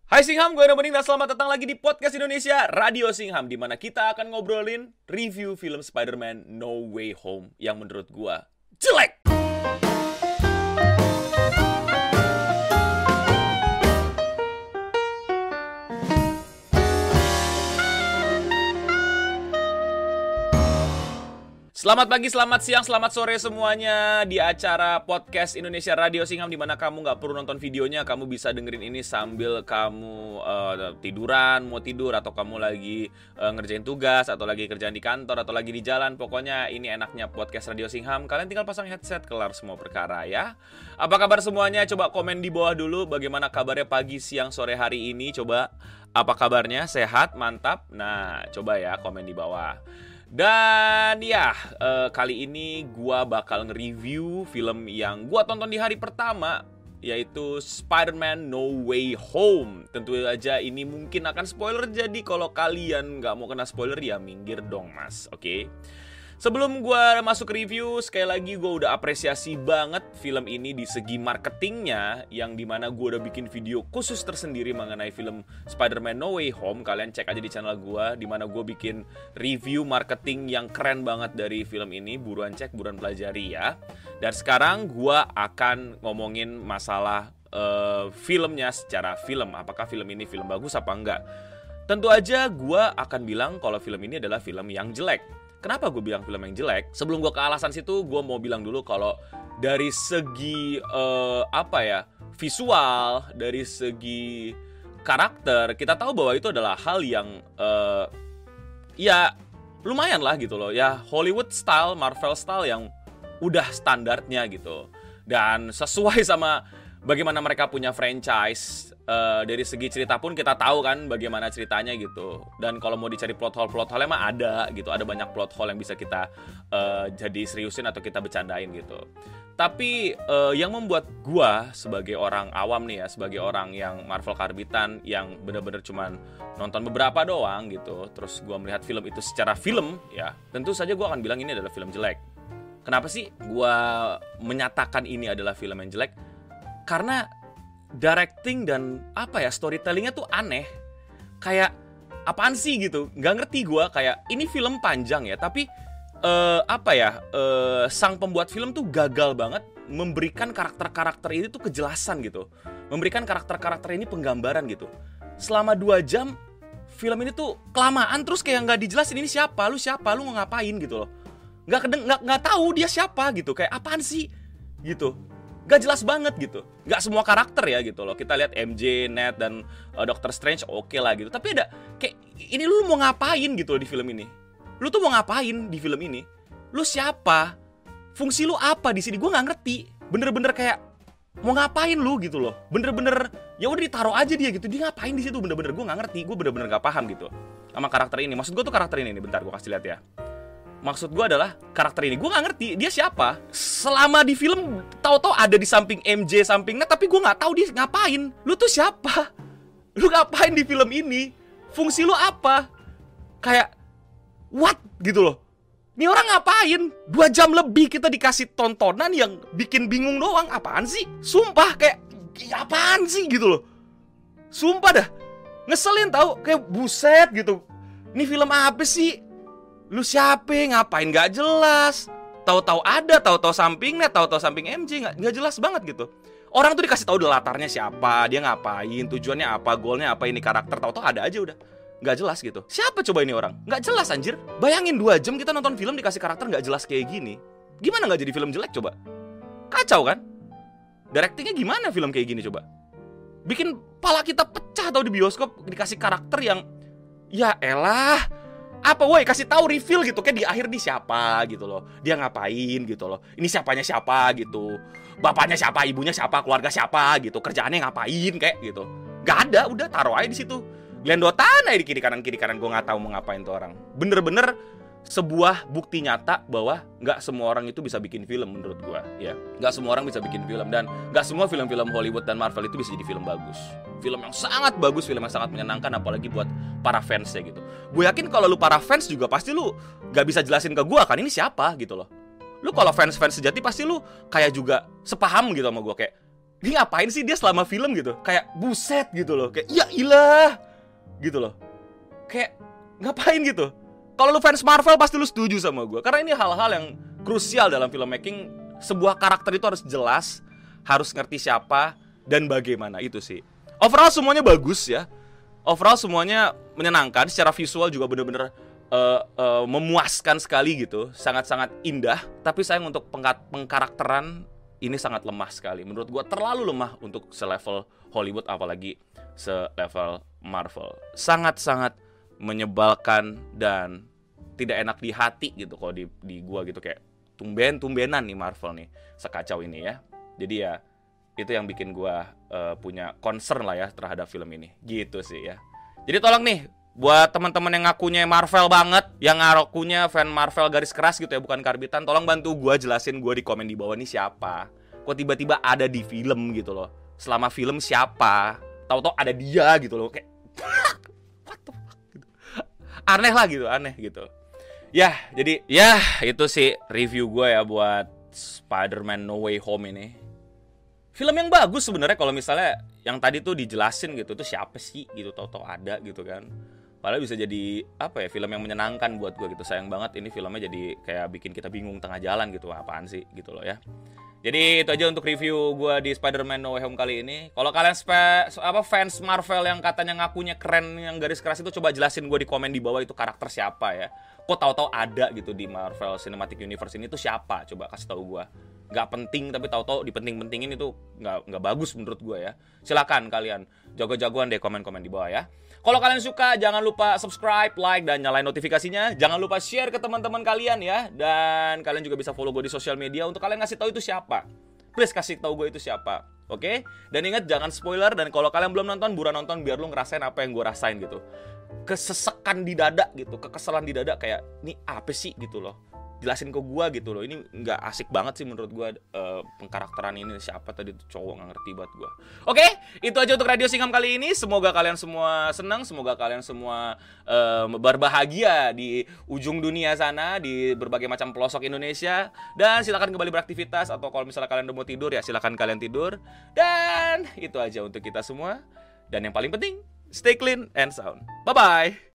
Hai Singham, gue Bening dan selamat datang lagi di Podcast Indonesia Radio Singham, di mana kita akan ngobrolin review film Spider-Man No Way Home yang menurut gue jelek. Selamat pagi, selamat siang, selamat sore semuanya di acara Podcast Indonesia Radio Singham, di mana kamu nggak perlu nonton videonya, kamu bisa dengerin ini sambil kamu tiduran, mau tidur, atau kamu lagi ngerjain tugas, atau lagi kerjaan di kantor, atau lagi di jalan. Pokoknya ini enaknya Podcast Radio Singham. Kalian tinggal pasang headset, kelar semua perkara ya. Apa kabar semuanya? Coba komen di bawah dulu bagaimana kabarnya pagi, siang, sore hari ini. Coba apa kabarnya? Sehat? Mantap? Nah, coba ya komen di bawah. Dan ya, kali ini gua bakal nge-review film yang gua tonton di hari pertama, yaitu Spider-Man No Way Home. Tentu aja ini mungkin akan spoiler, jadi kalau kalian nggak mau kena spoiler ya minggir dong mas, oke? Sebelum gue masuk review, sekali lagi gue udah apresiasi banget film ini di segi marketingnya, yang dimana gue udah bikin video khusus tersendiri mengenai film Spider-Man No Way Home. Kalian cek aja di channel gue, dimana gue bikin review marketing yang keren banget dari film ini. Buruan cek, buruan pelajari ya. Dan sekarang gue akan ngomongin masalah filmnya secara film. Apakah film ini film bagus apa enggak? Tentu aja gue akan bilang kalau film ini adalah film yang jelek. Kenapa gue bilang film yang jelek? Sebelum gue ke alasan situ, gue mau bilang dulu kalau dari segi visual, dari segi karakter, kita tahu bahwa itu adalah hal yang ya lumayan lah gitu loh. Ya Hollywood style, Marvel style yang udah standarnya gitu. Dan sesuai sama bagaimana mereka punya franchise. Dari segi cerita pun kita tahu kan bagaimana ceritanya gitu. Dan kalau mau dicari plot hole emang ada gitu. Ada banyak plot hole yang bisa kita jadi seriusin atau kita bercandain gitu. Tapi yang membuat gua sebagai orang awam nih ya, sebagai orang yang Marvel karbitan, yang bener-bener cuman nonton beberapa doang gitu, terus gua melihat film itu secara film ya, tentu saja gua akan bilang ini adalah film jelek. Kenapa sih gua menyatakan ini adalah film yang jelek? Karena directing dan storytellingnya tuh aneh. Kayak apaan sih gitu, nggak ngerti gue. Kayak ini film panjang ya, tapi sang pembuat film tuh gagal banget memberikan karakter-karakter ini tuh kejelasan gitu, memberikan karakter-karakter ini penggambaran gitu. Selama 2 jam film ini tuh kelamaan, terus kayak nggak dijelasin ini siapa, lu mau ngapain gitu loh. Nggak tahu dia siapa gitu, kayak apaan sih gitu. Gak jelas banget gitu. Gak semua karakter ya gitu loh. Kita lihat MJ, Ned, dan Doctor Strange oke lah gitu. Tapi ada kayak, ini lu mau ngapain gitu loh di film ini? Lu tuh mau ngapain di film ini? Lu siapa? Fungsi lu apa di sini? Gue gak ngerti. Bener-bener kayak mau ngapain lu gitu loh. Bener-bener ya udah ditaruh aja dia gitu. Dia ngapain di situ? Bener-bener gue gak ngerti. Gue bener-bener gak paham gitu sama karakter ini. Maksud gue tuh karakter ini nih. Bentar gue kasih lihat ya. Maksud gue adalah karakter ini, gue gak ngerti dia siapa. Selama di film tahu-tahu ada di samping MJ, sampingnya, tapi gue gak tahu dia ngapain. Lu tuh siapa? Lu ngapain di film ini? Fungsi lu apa? Kayak what gitu loh. Ini orang ngapain? 2 jam lebih kita dikasih tontonan yang bikin bingung doang. Apaan sih? Sumpah kayak apaan sih gitu loh. Sumpah dah, ngeselin tau. Kayak buset gitu. Ini film apa sih? Lu siapa? Ngapain gak jelas. Tahu-tahu ada, tahu-tahu sampingnya, tahu-tahu samping MJ, nggak jelas banget gitu. Orang tuh dikasih tahu latarnya siapa, dia ngapain, tujuannya apa, goalnya apa, ini karakter, tahu-tahu ada aja udah. Nggak jelas gitu. Siapa coba ini orang? Nggak jelas anjir. Bayangin 2 jam kita nonton film dikasih karakter nggak jelas kayak gini. Gimana nggak jadi film jelek coba? Kacau kan? Directingnya gimana film kayak gini coba? Bikin pala kita pecah tau di bioskop dikasih karakter yang ya elah. Apa woi, kasih tahu reveal gitu, kayak di akhir nih siapa gitu loh, dia ngapain gitu loh, ini siapanya siapa gitu, bapaknya siapa, ibunya siapa, keluarga siapa gitu, kerjaannya ngapain kayak gitu. Gak ada, udah taruh aja di situ. Glendotan aja di kiri kanan, gue nggak tahu mau ngapain tuh orang. Bener-bener sebuah bukti nyata bahwa nggak semua orang itu bisa bikin film menurut gue ya. Nggak semua orang bisa bikin film, dan nggak semua film-film Hollywood dan Marvel itu bisa jadi film bagus. Film yang sangat bagus, film yang sangat menyenangkan, apalagi buat para fans ya gitu. Gue yakin kalau lu para fans juga pasti lu nggak bisa jelasin ke gue kan ini siapa gitu loh. Lu kalau fans-fans sejati pasti lu kayak juga sepaham gitu sama gue, kayak Ini ngapain sih dia selama film gitu? Kayak buset gitu loh. Kayak ya ilah gitu loh. Kayak ngapain gitu? Kalau lu fans Marvel pasti lu setuju sama gue. Karena ini hal-hal yang krusial dalam filmmaking. Sebuah karakter itu harus jelas, harus ngerti siapa dan bagaimana, itu sih. Overall semuanya bagus ya. Overall semuanya menyenangkan. Secara visual juga bener-bener memuaskan sekali gitu. Sangat-sangat indah. Tapi sayang untuk pengkarakteran ini sangat lemah sekali. Menurut gue terlalu lemah untuk selevel Hollywood, apalagi selevel Marvel. Sangat-sangat menyebalkan dan tidak enak di hati gitu kalau di gue gitu. Kayak tumbenan nih Marvel nih sekacau ini ya. Jadi ya itu yang bikin gue punya concern lah ya terhadap film ini gitu sih ya. Jadi tolong nih buat teman-teman yang ngakunya Marvel banget, yang ngakunya fan Marvel garis keras gitu ya, bukan karbitan, tolong bantu gue jelasin gue di komen di bawah nih siapa. Kok tiba-tiba ada di film gitu loh. Selama film siapa? Tahu-tahu ada dia gitu loh. Kayak what the fuck gitu. Aneh lah gitu, aneh gitu. Ya, jadi ya itu sih review gue ya buat Spider-Man No Way Home ini. Film yang bagus sebenarnya kalau misalnya yang tadi tuh dijelasin gitu, tuh siapa sih gitu, tahu-tahu ada gitu kan. Padahal bisa jadi apa ya, film yang menyenangkan buat gue gitu. Sayang banget ini filmnya jadi kayak bikin kita bingung tengah jalan gitu, apaan sih gitu loh ya. Jadi itu aja untuk review gue di Spider-Man No Way Home kali ini. Kalau kalian fans Marvel yang katanya ngakunya keren yang garis keras itu, coba jelasin gue di komen di bawah itu karakter siapa ya. Kok tahu-tahu ada gitu di Marvel Cinematic Universe ini tuh siapa? Coba kasih tahu gue. Nggak penting tapi tahu-tahu dipenting-pentingin itu nggak bagus menurut gue ya. Silakan kalian jago-jagoan deh komen-komen di bawah ya. Kalau kalian suka, jangan lupa subscribe, like, dan nyalain notifikasinya. Jangan lupa share ke teman-teman kalian ya. Dan kalian juga bisa follow gue di sosial media untuk kalian ngasih tahu itu siapa. Please kasih tahu gue itu siapa. Oke? Dan ingat jangan spoiler. Dan kalau kalian belum nonton, buruan nonton biar lu ngerasain apa yang gue rasain gitu. Kesesekan di dada gitu, kekesalan di dada kayak, ini apa sih gitu loh. Jelasin ke gue gitu loh. Ini nggak asik banget sih menurut gue pengkarakteran ini. Siapa tadi tuh cowok, nggak ngerti buat gue. Oke, itu aja untuk Radio Singham kali ini. Semoga kalian semua senang. Semoga kalian semua berbahagia di ujung dunia sana, di berbagai macam pelosok Indonesia. Dan silakan kembali beraktivitas. Atau kalau misalnya kalian udah mau tidur ya silakan kalian tidur. Dan itu aja untuk kita semua. Dan yang paling penting, stay clean and sound. Bye-bye.